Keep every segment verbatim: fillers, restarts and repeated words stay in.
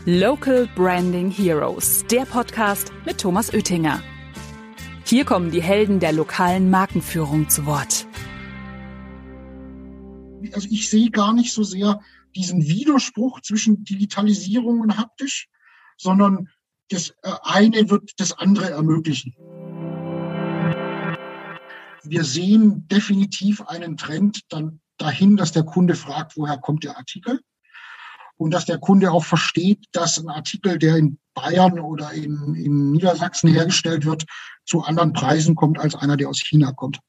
Local Branding Heroes, der Podcast mit Thomas Oettinger. Hier kommen die Helden der lokalen Markenführung zu Wort. Also ich sehe gar nicht so sehr diesen Widerspruch zwischen Digitalisierung und haptisch, sondern das eine wird das andere ermöglichen. Wir sehen definitiv einen Trend dann dahin, dass der Kunde fragt, woher kommt der Artikel? Und dass der Kunde auch versteht, dass ein Artikel, der in Bayern oder in, in Niedersachsen hergestellt wird, zu anderen Preisen kommt als einer, der aus China kommt.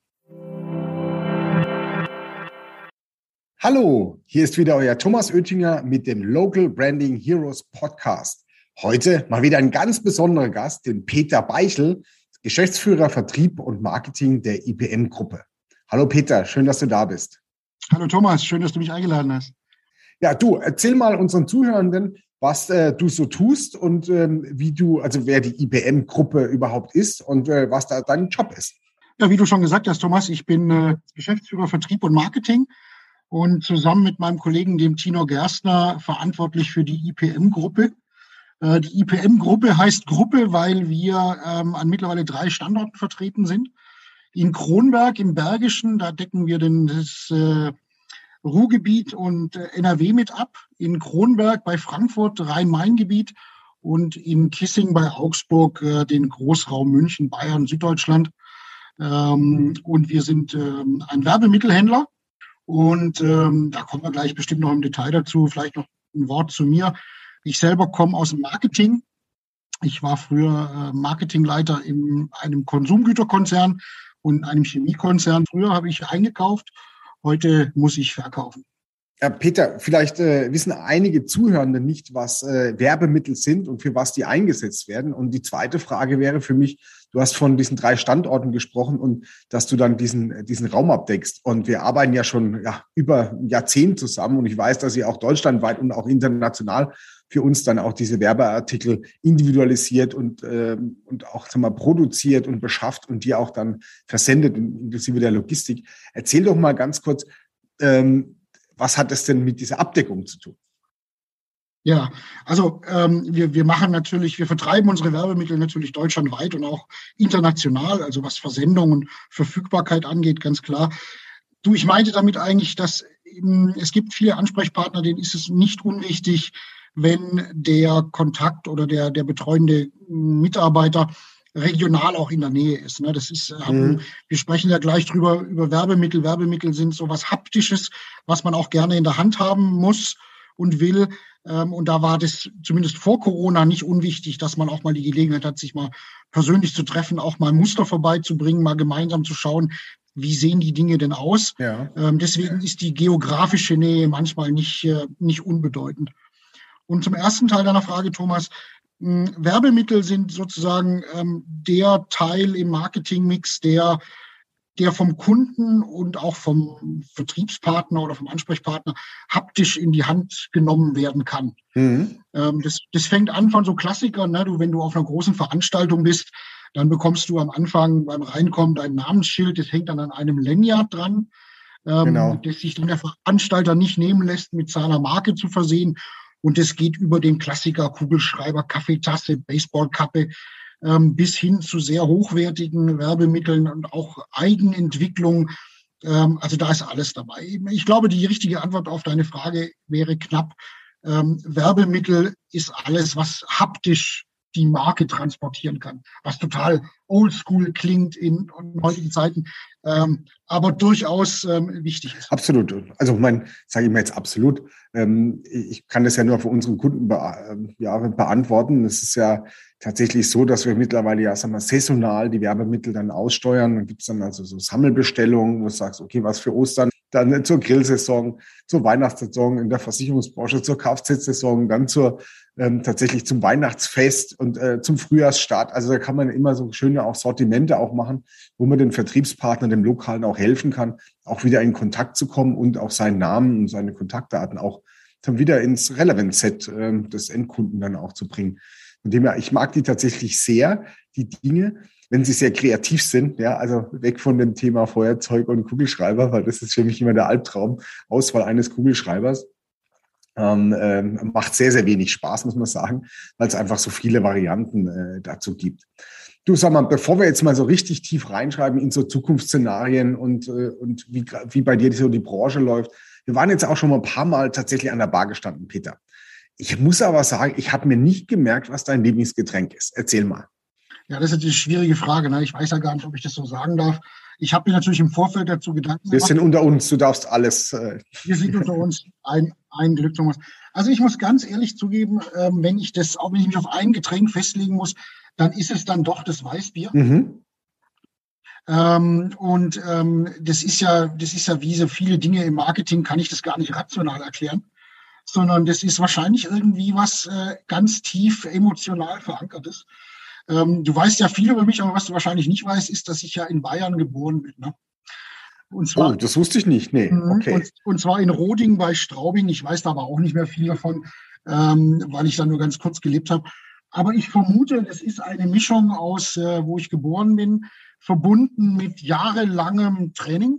Hallo, hier ist wieder euer Thomas Oettinger mit dem Local Branding Heroes Podcast. Heute mal wieder ein ganz besonderer Gast, den Peter Beichel, Geschäftsführer Vertrieb und Marketing der I P M-Gruppe. Hallo Peter, schön, dass du da bist. Hallo Thomas, schön, dass du mich eingeladen hast. Ja, du, erzähl mal unseren Zuhörenden, was äh, du so tust und ähm, wie du, also wer die I P M-Gruppe überhaupt ist und äh, was da dein Job ist. Ja, wie du schon gesagt hast, Thomas, ich bin äh, Geschäftsführer Vertrieb und Marketing und zusammen mit meinem Kollegen, dem Tino Gerstner, verantwortlich für die I P M-Gruppe. Äh, die I P M-Gruppe heißt Gruppe, weil wir ähm, an mittlerweile drei Standorten vertreten sind. In Kronberg im Bergischen, da decken wir den, das äh, Ruhrgebiet und N R W mit ab, in Kronberg bei Frankfurt Rhein-Main-Gebiet und in Kissing bei Augsburg äh, den Großraum München, Bayern, Süddeutschland. Ähm, und wir sind ähm, ein Werbemittelhändler und ähm, da kommen wir gleich bestimmt noch im Detail dazu. Vielleicht noch ein Wort zu mir. Ich selber komme aus dem Marketing. Ich war früher äh, Marketingleiter in einem Konsumgüterkonzern und einem Chemiekonzern. Früher habe ich eingekauft. Heute muss ich verkaufen. Ja, Peter, vielleicht äh, wissen einige Zuhörende nicht, was äh, Werbemittel sind und für was die eingesetzt werden. Und die zweite Frage wäre für mich, du hast von diesen drei Standorten gesprochen und dass du dann diesen, diesen Raum abdeckst. Und wir arbeiten ja schon ja, über ein Jahrzehnt zusammen und ich weiß, dass ihr auch deutschlandweit und auch international für uns dann auch diese Werbeartikel individualisiert und, ähm, und auch sag mal, produziert und beschafft und die auch dann versendet, inklusive der Logistik. Erzähl doch mal ganz kurz, ähm, was hat es denn mit dieser Abdeckung zu tun? Ja, also ähm, wir, wir machen natürlich, wir vertreiben unsere Werbemittel natürlich deutschlandweit und auch international, also was Versendung und Verfügbarkeit angeht, ganz klar. Du, ich meinte damit eigentlich, dass ähm, es gibt viele Ansprechpartner, denen ist es nicht unwichtig, wenn der Kontakt oder der, der betreuende Mitarbeiter regional auch in der Nähe ist. Ne? Das ist, mhm. Wir sprechen ja gleich drüber, über Werbemittel. Werbemittel sind sowas Haptisches, was man auch gerne in der Hand haben muss und will. Und da war das zumindest vor Corona nicht unwichtig, dass man auch mal die Gelegenheit hat, sich mal persönlich zu treffen, auch mal Muster vorbeizubringen, mal gemeinsam zu schauen, wie sehen die Dinge denn aus. Ja. Deswegen ist die geografische Nähe manchmal nicht, nicht unbedeutend. Und zum ersten Teil deiner Frage, Thomas, mh, Werbemittel sind sozusagen ähm, der Teil im Marketingmix, der, der vom Kunden und auch vom Vertriebspartner oder vom Ansprechpartner haptisch in die Hand genommen werden kann. Mhm. Ähm, das, das fängt an von so Klassikern, ne? Du, wenn du auf einer großen Veranstaltung bist, dann bekommst du am Anfang beim Reinkommen dein Namensschild, das hängt dann an einem Lanyard dran, ähm, genau. Das sich dann der Veranstalter nicht nehmen lässt, mit seiner Marke zu versehen. Und es geht über den Klassiker, Kugelschreiber, Kaffeetasse, Baseballkappe, ähm, bis hin zu sehr hochwertigen Werbemitteln und auch Eigenentwicklung. Ähm, also da ist alles dabei. Ich glaube, die richtige Antwort auf deine Frage wäre knapp. Ähm, Werbemittel ist alles, was haptisch die Marke transportieren kann, was total oldschool klingt in, in heutigen Zeiten, ähm, aber durchaus ähm, wichtig ist. Absolut. Also mein, sage ich mal jetzt absolut. Ähm, ich kann das ja nur für unsere Kunden be- ja, beantworten. Es ist ja tatsächlich so, dass wir mittlerweile ja, sagen wir, saisonal die Werbemittel dann aussteuern. Dann gibt es dann also so Sammelbestellungen, wo du sagst, okay, was für Ostern, dann zur Grillsaison, zur Weihnachtssaison in der Versicherungsbranche, zur Kfz-Saison, dann zur ähm, tatsächlich zum Weihnachtsfest und äh, zum Frühjahrsstart. Also da kann man immer so schöne auch Sortimente auch machen, wo man den Vertriebspartner, dem Lokalen auch helfen kann, auch wieder in Kontakt zu kommen und auch seinen Namen und seine Kontaktdaten auch dann wieder ins Relevance-Set äh, des Endkunden dann auch zu bringen. Von dem her, ich mag die tatsächlich sehr, die Dinge, wenn sie sehr kreativ sind, ja, also weg von dem Thema Feuerzeug und Kugelschreiber, weil das ist für mich immer der Albtraum, Auswahl eines Kugelschreibers. Ähm, ähm, macht sehr, sehr wenig Spaß, muss man sagen, weil es einfach so viele Varianten äh, dazu gibt. Du, sag mal, bevor wir jetzt mal so richtig tief reinschreiben in so Zukunftsszenarien und, äh, und wie, wie bei dir so die Branche läuft, wir waren jetzt auch schon mal ein paar Mal tatsächlich an der Bar gestanden, Peter. Ich muss aber sagen, ich habe mir nicht gemerkt, was dein Lieblingsgetränk ist. Erzähl mal. Ja, das ist eine schwierige Frage. Ne? Ich weiß ja gar nicht, ob ich das so sagen darf. Ich habe mir natürlich im Vorfeld dazu Gedanken gemacht. Wir sind unter uns, du darfst alles. Äh Wir sind unter uns. Ein, ein Glück, Thomas. Also ich muss ganz ehrlich zugeben, ähm, wenn ich das, auch wenn ich mich auf ein Getränk festlegen muss, dann ist es dann doch das Weißbier. Mhm. Ähm, und ähm, das ist ja, das ist ja wie so viele Dinge im Marketing, kann ich das gar nicht rational erklären, sondern das ist wahrscheinlich irgendwie was äh, ganz tief emotional verankertes. Ähm, du weißt ja viel über mich, aber was du wahrscheinlich nicht weißt, ist, dass ich ja in Bayern geboren bin. Ne? Und zwar, oh, das wusste ich nicht. Nee, okay. Und, und zwar in Roding bei Straubing. Ich weiß da aber auch nicht mehr viel davon, ähm, weil ich da nur ganz kurz gelebt habe. Aber ich vermute, das ist eine Mischung aus, äh, wo ich geboren bin, verbunden mit jahrelangem Training.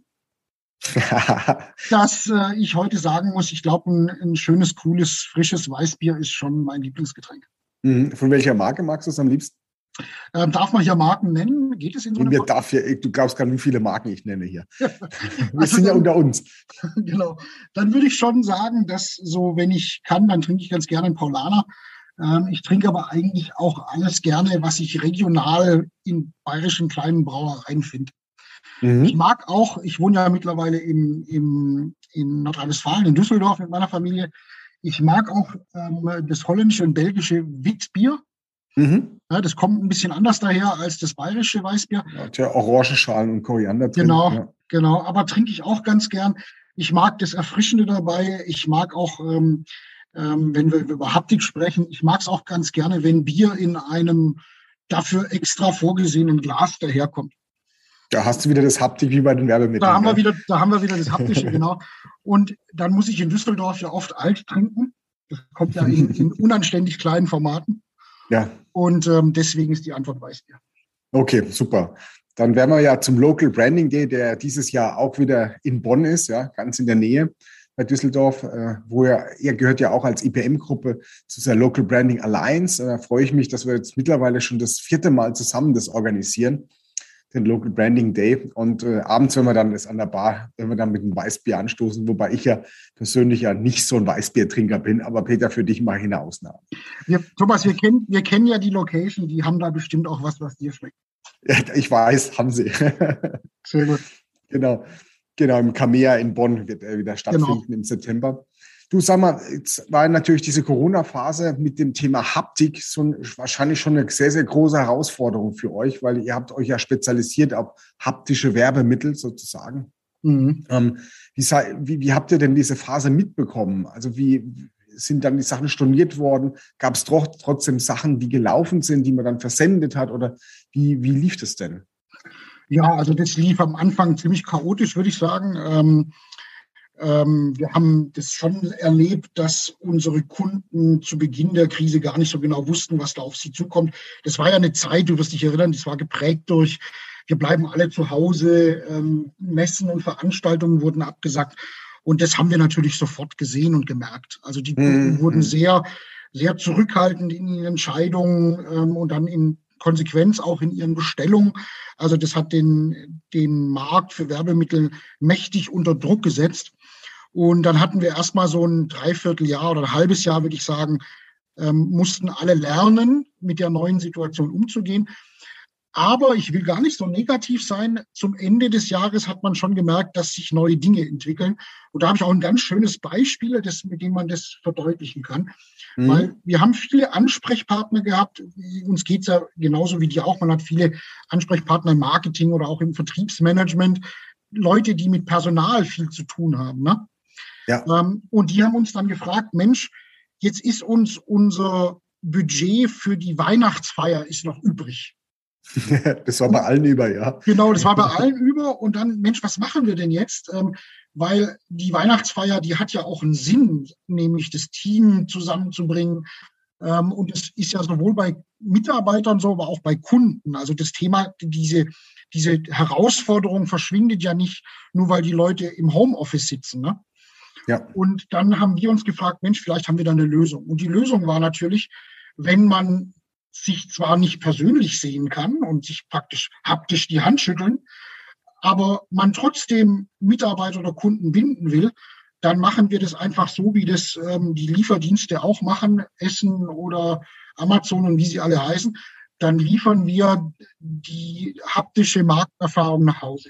dass äh, ich heute sagen muss, ich glaube, ein, ein schönes, cooles, frisches Weißbier ist schon mein Lieblingsgetränk. Von welcher Marke magst du es am liebsten? Ähm, darf man hier Marken nennen? Geht es in so eine Mir Marke? darf hier, du glaubst gar nicht, wie viele Marken ich nenne hier. Wir also sind dann, ja unter uns. Genau. Dann würde ich schon sagen, dass so, wenn ich kann, dann trinke ich ganz gerne einen Paulaner. Ähm, ich trinke aber eigentlich auch alles gerne, was ich regional in bayerischen kleinen Brauereien finde. Mhm. Ich mag auch, ich wohne ja mittlerweile im, im, in Nordrhein-Westfalen, in Düsseldorf mit meiner Familie. Ich mag auch ähm, das holländische und belgische Witbier. Mhm. Ja, das kommt ein bisschen anders daher als das bayerische Weißbier. Hat ja Orangenschalen und Koriander drin. Genau, ja. genau. Aber trinke ich auch ganz gern. Ich mag das Erfrischende dabei. Ich mag auch, ähm, ähm, wenn wir über Haptik sprechen, ich mag es auch ganz gerne, wenn Bier in einem dafür extra vorgesehenen Glas daherkommt. Da hast du wieder das Haptik wie bei den Werbemitteln. Da haben wir wieder, da haben wir wieder das Haptische, genau. Und dann muss ich in Düsseldorf ja oft alt trinken. Das kommt ja in, in unanständig kleinen Formaten. Ja. Und ähm, deswegen ist die Antwort Weißbier. Okay, super. Dann wären wir ja zum Local Branding Day, der dieses Jahr auch wieder in Bonn ist, ja, ganz in der Nähe bei Düsseldorf, äh, wo ja, ihr gehört ja auch als I P M-Gruppe zu dieser Local Branding Alliance. Da freue ich mich, dass wir jetzt mittlerweile schon das vierte Mal zusammen das organisieren, den Local Branding Day. Und äh, abends, wenn wir dann das an der Bar, wenn wir dann mit einem Weißbier anstoßen, wobei ich ja persönlich ja nicht so ein Weißbiertrinker bin, aber Peter, für dich mache ich eine Ausnahme. Wir, Thomas, wir kennen, wir kennen ja die Location, die haben da bestimmt auch was, was dir schmeckt. Ja, ich weiß, haben sie. Sehr gut. Genau, genau, im Kamea in Bonn wird er wieder stattfinden genau. im September. Du, sag mal, jetzt war natürlich diese Corona-Phase mit dem Thema Haptik so ein, wahrscheinlich schon eine sehr, sehr große Herausforderung für euch, weil ihr habt euch ja spezialisiert auf haptische Werbemittel sozusagen. Mhm. Ähm, wie, wie, wie habt ihr denn diese Phase mitbekommen? Also wie sind dann die Sachen storniert worden? Gab es trotzdem Sachen, die gelaufen sind, die man dann versendet hat? Oder wie, wie lief das denn? Ja, also das lief am Anfang ziemlich chaotisch, würde ich sagen. Ähm, ähm, wir haben das schon erlebt, dass unsere Kunden zu Beginn der Krise gar nicht so genau wussten, was da auf sie zukommt. Das war ja eine Zeit, du wirst dich erinnern, das war geprägt durch, wir bleiben alle zu Hause, ähm, Messen und Veranstaltungen wurden abgesagt. Und das haben wir natürlich sofort gesehen und gemerkt. Also die Kunden mhm. wurden sehr, sehr zurückhaltend in ihren Entscheidungen ähm, und dann in Konsequenz auch in ihren Bestellungen. Also das hat den, den Markt für Werbemittel mächtig unter Druck gesetzt. Und dann hatten wir erstmal so ein Dreivierteljahr oder ein halbes Jahr, würde ich sagen, ähm, mussten alle lernen, mit der neuen Situation umzugehen. Aber ich will gar nicht so negativ sein. Zum Ende des Jahres hat man schon gemerkt, dass sich neue Dinge entwickeln. Und da habe ich auch ein ganz schönes Beispiel, das, mit dem man das verdeutlichen kann. Mhm. Weil wir haben viele Ansprechpartner gehabt. Uns geht's ja genauso wie dir auch. Man hat viele Ansprechpartner im Marketing oder auch im Vertriebsmanagement. Leute, die mit Personal viel zu tun haben. Ne? Ja. Ähm, und die haben uns dann gefragt, Mensch, jetzt ist uns unser Budget für die Weihnachtsfeier ist noch übrig. Das war bei allen über, ja. Genau, das war bei allen über. Und dann, Mensch, was machen wir denn jetzt? Ähm, weil die Weihnachtsfeier, die hat ja auch einen Sinn, nämlich das Team zusammenzubringen. Ähm, und es ist ja sowohl bei Mitarbeitern so, aber auch bei Kunden. Also das Thema, diese, diese Herausforderung verschwindet ja nicht, nur weil die Leute im Homeoffice sitzen. Ne? Ja. Und dann haben wir uns gefragt, Mensch, vielleicht haben wir da eine Lösung. Und die Lösung war natürlich, wenn man sich zwar nicht persönlich sehen kann und sich praktisch haptisch die Hand schütteln, aber man trotzdem Mitarbeiter oder Kunden binden will, dann machen wir das einfach so, wie das ähm, die Lieferdienste auch machen, Essen oder Amazon und wie sie alle heißen. Dann liefern wir die haptische Markterfahrung nach Hause.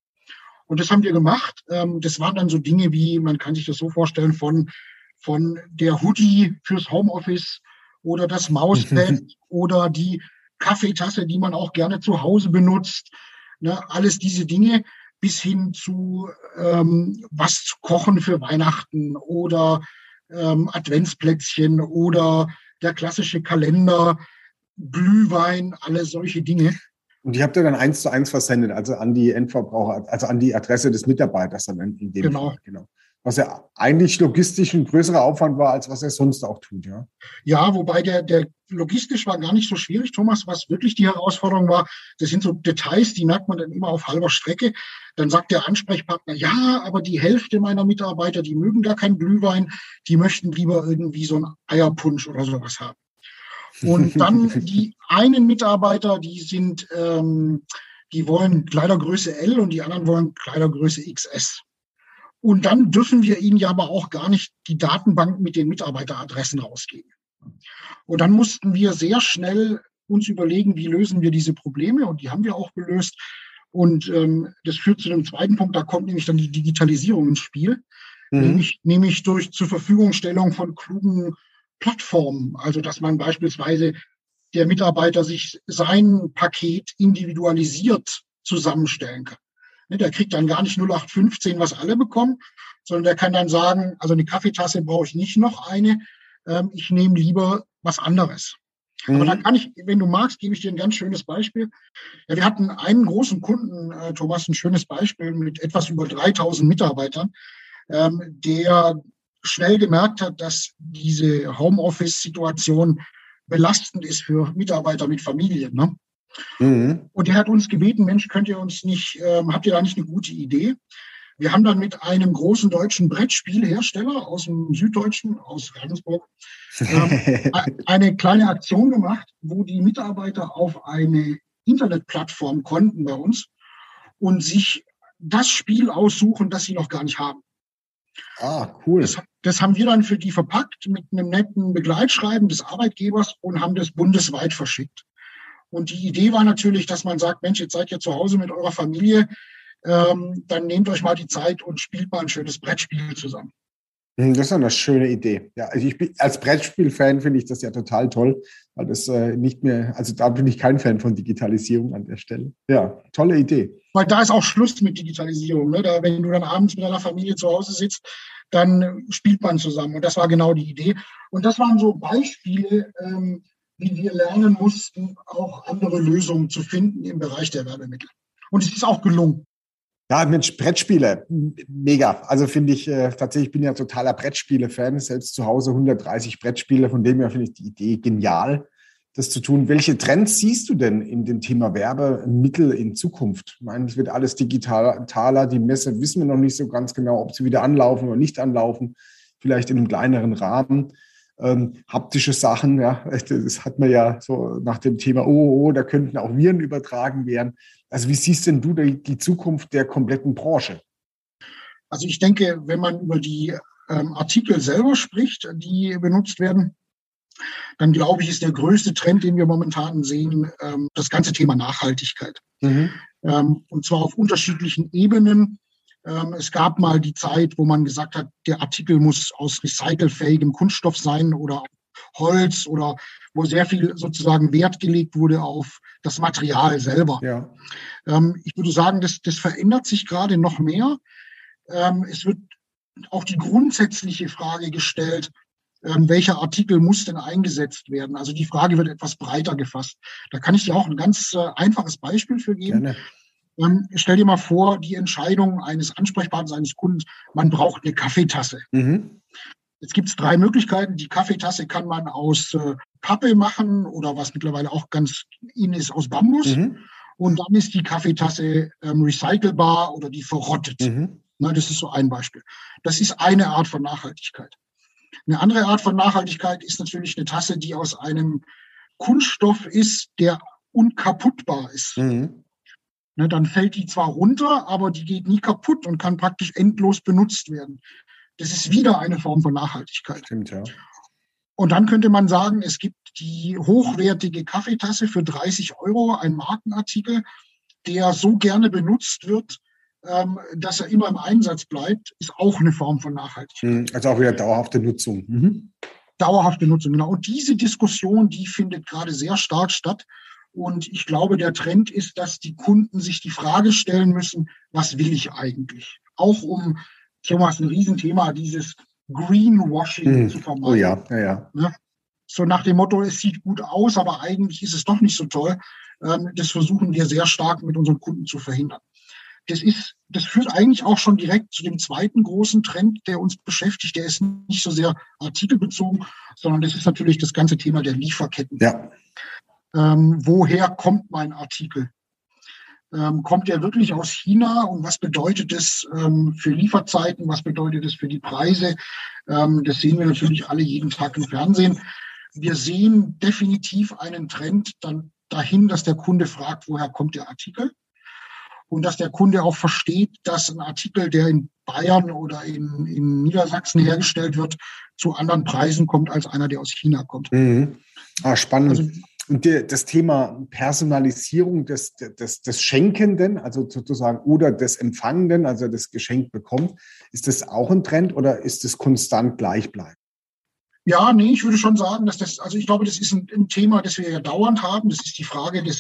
Und das haben wir gemacht. Ähm, das waren dann so Dinge wie, man kann sich das so vorstellen, von, von der Hoodie fürs Homeoffice oder das Mauspad oder die Kaffeetasse, die man auch gerne zu Hause benutzt. Ne, alles diese Dinge bis hin zu ähm, was zu kochen für Weihnachten oder ähm, Adventsplätzchen oder der klassische Kalender, Glühwein, alle solche Dinge. Und die habt ihr dann eins zu eins versendet, also an die Endverbraucher, also an die Adresse des Mitarbeiters dann in dem Genau. Fall. Genau. Was ja eigentlich logistisch ein größerer Aufwand war, als was er sonst auch tut, ja. Ja, wobei der, der logistisch war gar nicht so schwierig, Thomas. Was wirklich die Herausforderung war, das sind so Details, die merkt man dann immer auf halber Strecke. Dann sagt der Ansprechpartner, ja, aber die Hälfte meiner Mitarbeiter, die mögen gar keinen Glühwein, die möchten lieber irgendwie so einen Eierpunsch oder sowas haben. Und dann die einen Mitarbeiter, die sind, ähm, die wollen Kleidergröße L und die anderen wollen Kleidergröße X S. Und dann dürfen wir ihnen ja aber auch gar nicht die Datenbank mit den Mitarbeiteradressen rausgeben. Und dann mussten wir sehr schnell uns überlegen, wie lösen wir diese Probleme. Und die haben wir auch gelöst. Und ähm, das führt zu dem zweiten Punkt, da kommt nämlich dann die Digitalisierung ins Spiel. Mhm. Nämlich, nämlich durch zur Verfügungstellung von klugen Plattformen. Also dass man beispielsweise der Mitarbeiter sich sein Paket individualisiert zusammenstellen kann. Der kriegt dann gar nicht null acht fünfzehn, was alle bekommen, sondern der kann dann sagen, also eine Kaffeetasse brauche ich nicht noch eine, ähm, ich nehme lieber was anderes. Mhm. Aber dann kann ich, wenn du magst, gebe ich dir ein ganz schönes Beispiel. Ja, wir hatten einen großen Kunden, äh, Thomas, ein schönes Beispiel mit etwas über dreitausend Mitarbeitern, ähm, der schnell gemerkt hat, dass diese Homeoffice-Situation belastend ist für Mitarbeiter mit Familien, ne? Mhm. Und er hat uns gebeten, Mensch, könnt ihr uns nicht, ähm, habt ihr da nicht eine gute Idee? Wir haben dann mit einem großen deutschen Brettspielhersteller aus dem Süddeutschen, aus Regensburg, ähm, eine kleine Aktion gemacht, wo die Mitarbeiter auf eine Internetplattform konnten bei uns und sich das Spiel aussuchen, das sie noch gar nicht haben. Ah, cool. Das, das haben wir dann für die verpackt mit einem netten Begleitschreiben des Arbeitgebers und haben das bundesweit verschickt. Und die Idee war natürlich, dass man sagt, Mensch, jetzt seid ihr zu Hause mit eurer Familie, ähm, dann nehmt euch mal die Zeit und spielt mal ein schönes Brettspiel zusammen. Das ist eine schöne Idee. Ja, also ich bin, als Brettspiel-Fan finde ich das ja total toll, weil das äh, nicht mehr, also da bin ich kein Fan von Digitalisierung an der Stelle. Ja, tolle Idee. Weil da ist auch Schluss mit Digitalisierung. Ne? Da, wenn du dann abends mit deiner Familie zu Hause sitzt, dann spielt man zusammen. Und das war genau die Idee. Und das waren so Beispiele, ähm, wie wir lernen mussten, auch andere Lösungen zu finden im Bereich der Werbemittel. Und es ist auch gelungen. Ja, Mensch, Brettspiele, mega. Also finde ich äh, tatsächlich, ich bin ja totaler Brettspiele-Fan, selbst zu Hause hundertdreißig Brettspiele, von dem her finde ich die Idee genial, das zu tun. Welche Trends siehst du denn in dem Thema Werbemittel in Zukunft? Ich meine, es wird alles digitaler, die Messe wissen wir noch nicht so ganz genau, ob sie wieder anlaufen oder nicht anlaufen, vielleicht in einem kleineren Rahmen. Ähm, haptische Sachen, ja, das hat man ja so nach dem Thema, oh, oh, da könnten auch Viren übertragen werden. Also wie siehst denn du die, die Zukunft der kompletten Branche? Also ich denke, wenn man über die ähm, Artikel selber spricht, die benutzt werden, dann glaube ich, ist der größte Trend, den wir momentan sehen, ähm, das ganze Thema Nachhaltigkeit. Mhm. Ähm, und zwar auf unterschiedlichen Ebenen. Es gab mal die Zeit, wo man gesagt hat, der Artikel muss aus recycelfähigem Kunststoff sein oder Holz oder wo sehr viel sozusagen Wert gelegt wurde auf das Material selber. Ja. Ich würde sagen, das, das verändert sich gerade noch mehr. Es wird auch die grundsätzliche Frage gestellt, welcher Artikel muss denn eingesetzt werden? Also die Frage wird etwas breiter gefasst. Da kann ich dir auch ein ganz einfaches Beispiel für geben. Gerne. Ähm, stell dir mal vor, die Entscheidung eines Ansprechpartners, eines Kunden, man braucht eine Kaffeetasse. Mhm. Jetzt gibt es drei Möglichkeiten. Die Kaffeetasse kann man aus äh, Pappe machen oder was mittlerweile auch ganz in ist, aus Bambus. Mhm. Und dann ist die Kaffeetasse ähm, recycelbar oder die verrottet. Mhm. Na, das ist so ein Beispiel. Das ist eine Art von Nachhaltigkeit. Eine andere Art von Nachhaltigkeit ist natürlich eine Tasse, die aus einem Kunststoff ist, der unkaputtbar ist. Mhm. Ne, dann fällt die zwar runter, aber die geht nie kaputt und kann praktisch endlos benutzt werden. Das ist wieder eine Form von Nachhaltigkeit. Stimmt, ja. Und dann könnte man sagen, es gibt die hochwertige Kaffeetasse für dreißig Euro, ein Markenartikel, der so gerne benutzt wird, ähm, dass er immer im Einsatz bleibt, ist auch eine Form von Nachhaltigkeit. Also auch wieder dauerhafte Nutzung. Mhm. Dauerhafte Nutzung, genau. Und diese Diskussion, die findet gerade sehr stark statt. Und ich glaube, der Trend ist, dass die Kunden sich die Frage stellen müssen, was will ich eigentlich? Auch um, Thomas, ein Riesenthema, dieses Greenwashing mhm. zu vermeiden. Oh ja, ja, ja. Ne? So nach dem Motto, es sieht gut aus, aber eigentlich ist es doch nicht so toll. Ähm, das versuchen wir sehr stark mit unseren Kunden zu verhindern. Das ist, das führt eigentlich auch schon direkt zu dem zweiten großen Trend, der uns beschäftigt. Der ist nicht so sehr artikelbezogen, sondern das ist natürlich das ganze Thema der Lieferketten. Ja. Ähm, woher kommt mein Artikel? Ähm, kommt der wirklich aus China? Und was bedeutet das ähm, für Lieferzeiten? Was bedeutet das für die Preise? Ähm, das sehen wir natürlich alle jeden Tag im Fernsehen. Wir sehen definitiv einen Trend dann dahin, dass der Kunde fragt, woher kommt der Artikel? Und dass der Kunde auch versteht, dass ein Artikel, der in Bayern oder in, in Niedersachsen hergestellt wird, zu anderen Preisen kommt als einer, der aus China kommt. Mhm. Ah, spannend. Also, und die, das Thema Personalisierung des, des, des Schenkenden, also sozusagen, oder des Empfangenden, also das Geschenk bekommt, ist das auch ein Trend oder ist das konstant gleichbleibend? Ja, nee, ich würde schon sagen, dass das, also ich glaube, das ist ein, ein Thema, das wir ja dauernd haben. Das ist die Frage des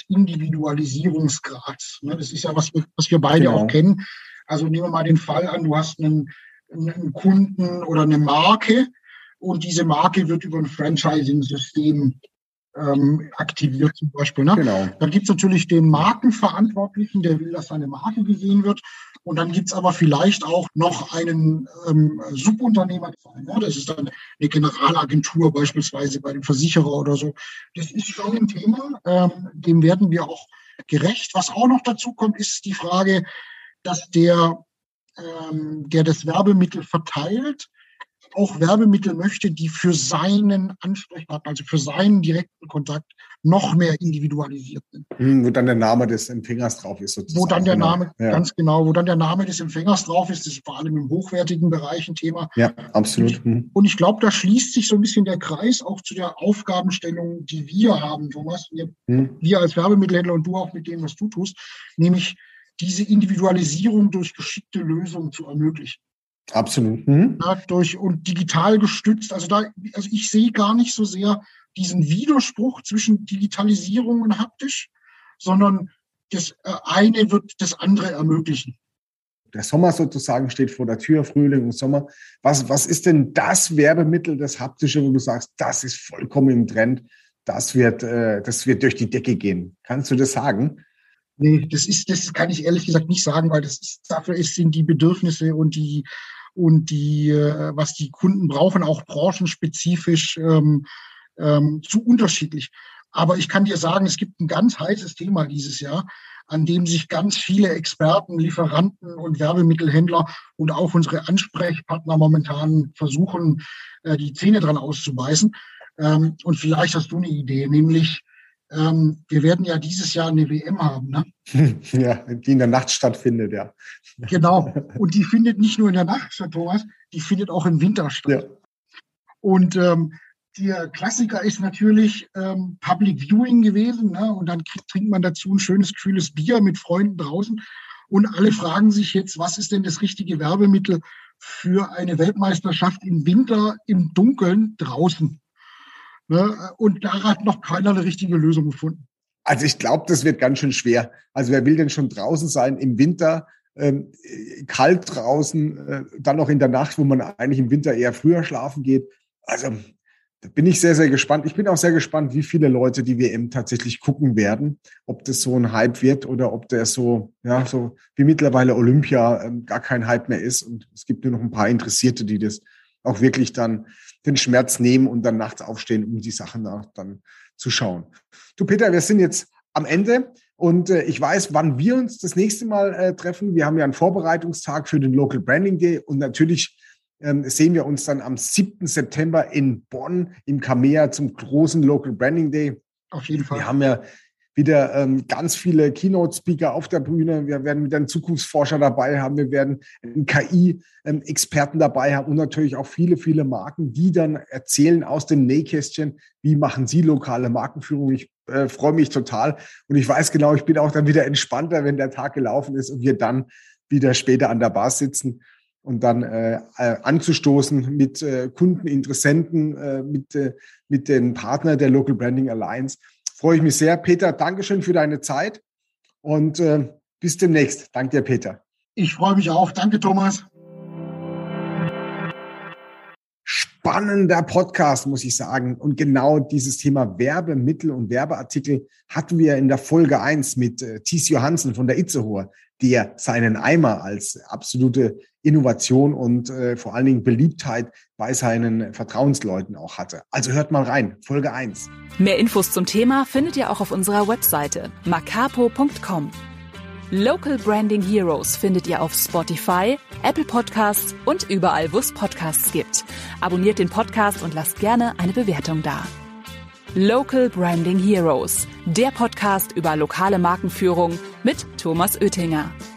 Individualisierungsgrads. Ne, das ist ja, was wir, was wir beide Genau. auch kennen. Also nehmen wir mal den Fall an, du hast einen, einen Kunden oder eine Marke und diese Marke wird über ein Franchising-System ähm, aktiviert zum Beispiel. Ne? Genau. Dann gibt es natürlich den Markenverantwortlichen, der will, dass seine Marke gesehen wird. Und dann gibt es aber vielleicht auch noch einen ähm, Subunternehmer. Ne? Das ist dann eine Generalagentur beispielsweise bei dem Versicherer oder so. Das ist schon ein Thema, ähm, dem werden wir auch gerecht. Was auch noch dazu kommt, ist die Frage, dass der, ähm, der das Werbemittel verteilt, auch Werbemittel möchte, die für seinen Ansprechpartner, also für seinen direkten Kontakt noch mehr individualisiert sind. Wo dann der Name des Empfängers drauf ist, sozusagen. Wo dann der genau. Name, ja. ganz genau, wo dann der Name des Empfängers drauf ist, das ist vor allem im hochwertigen Bereich ein Thema. Ja, absolut. Und, und ich glaube, da schließt sich so ein bisschen der Kreis auch zu der Aufgabenstellung, die wir haben, Thomas, wir, hm. wir als Werbemittelhändler und du auch mit dem, was du tust, nämlich diese Individualisierung durch geschickte Lösungen zu ermöglichen. Absolut. Mhm. Ja, durch und digital gestützt. Also da, also ich sehe gar nicht so sehr diesen Widerspruch zwischen Digitalisierung und haptisch, sondern das eine wird das andere ermöglichen. Der Sommer sozusagen steht vor der Tür, Frühling und Sommer. Was, was ist denn das Werbemittel, das haptische, wo du sagst, das ist vollkommen im Trend, das wird, äh, das wird durch die Decke gehen? Kannst du das sagen? Nee, das ist, das kann ich ehrlich gesagt nicht sagen, weil das ist, dafür ist, sind die Bedürfnisse und die, und die, was die Kunden brauchen, auch branchenspezifisch ähm, ähm, zu unterschiedlich. Aber ich kann dir sagen, es gibt ein ganz heißes Thema dieses Jahr, an dem sich ganz viele Experten, Lieferanten und Werbemittelhändler und auch unsere Ansprechpartner momentan versuchen, äh, die Zähne dran auszubeißen. Ähm, und vielleicht hast du eine Idee, nämlich Ähm, wir werden ja dieses Jahr eine W M haben, ne? Ja, die in der Nacht stattfindet, ja. Genau. Und die findet nicht nur in der Nacht statt, Thomas, die findet auch im Winter statt. Ja. Und ähm, der Klassiker ist natürlich ähm, Public Viewing gewesen, ne? Und dann kriegt, trinkt man dazu ein schönes, kühles Bier mit Freunden draußen. Und alle fragen sich jetzt, was ist denn das richtige Werbemittel für eine Weltmeisterschaft im Winter im Dunkeln draußen? Und da hat noch keiner eine richtige Lösung gefunden. Also ich glaube, das wird ganz schön schwer. Also wer will denn schon draußen sein im Winter, ähm, kalt draußen, äh, dann noch in der Nacht, wo man eigentlich im Winter eher früher schlafen geht. Also da bin ich sehr, sehr gespannt. Ich bin auch sehr gespannt, wie viele Leute die W M tatsächlich gucken werden. Ob das so ein Hype wird oder ob der so, ja, so wie mittlerweile Olympia ähm, gar kein Hype mehr ist. Und es gibt nur noch ein paar Interessierte, die das auch wirklich dann den Schmerz nehmen und dann nachts aufstehen, um die Sachen auch dann zu schauen. Du Peter, wir sind jetzt am Ende. Und äh, ich weiß, wann wir uns das nächste Mal äh, treffen. Wir haben ja einen Vorbereitungstag für den Local Branding Day. Und natürlich ähm, sehen wir uns dann am siebten September in Bonn im Kamea zum großen Local Branding Day. Auf jeden Fall. Wir haben ja wieder ähm, ganz viele Keynote-Speaker auf der Bühne. Wir werden wieder einen Zukunftsforscher dabei haben. Wir werden einen K I-Experten dabei haben und natürlich auch viele, viele Marken, die dann erzählen aus dem Nähkästchen, wie machen sie lokale Markenführung. Ich äh, freue mich total und ich weiß genau, ich bin auch dann wieder entspannter, wenn der Tag gelaufen ist und wir dann wieder später an der Bar sitzen und dann äh, anzustoßen mit äh, Kunden, Interessenten, äh, mit, äh, mit den Partnern der Local Branding Alliance. Freue ich mich sehr. Peter, Dankeschön für deine Zeit und äh, bis demnächst. Danke dir, Peter. Ich freue mich auch. Danke, Thomas. Spannender Podcast, muss ich sagen. Und genau dieses Thema Werbemittel und Werbeartikel hatten wir in der Folge eins mit äh, Thies Johansen von der Itzehoer, der seinen Eimer als absolute Innovation und äh, vor allen Dingen Beliebtheit bei seinen Vertrauensleuten auch hatte. Also hört mal rein, Folge eins. Mehr Infos zum Thema findet ihr auch auf unserer Webseite macapo punkt com. Local Branding Heroes findet ihr auf Spotify, Apple Podcasts und überall, wo es Podcasts gibt. Abonniert den Podcast und lasst gerne eine Bewertung da. Local Branding Heroes, der Podcast über lokale Markenführung mit Thomas Oettinger.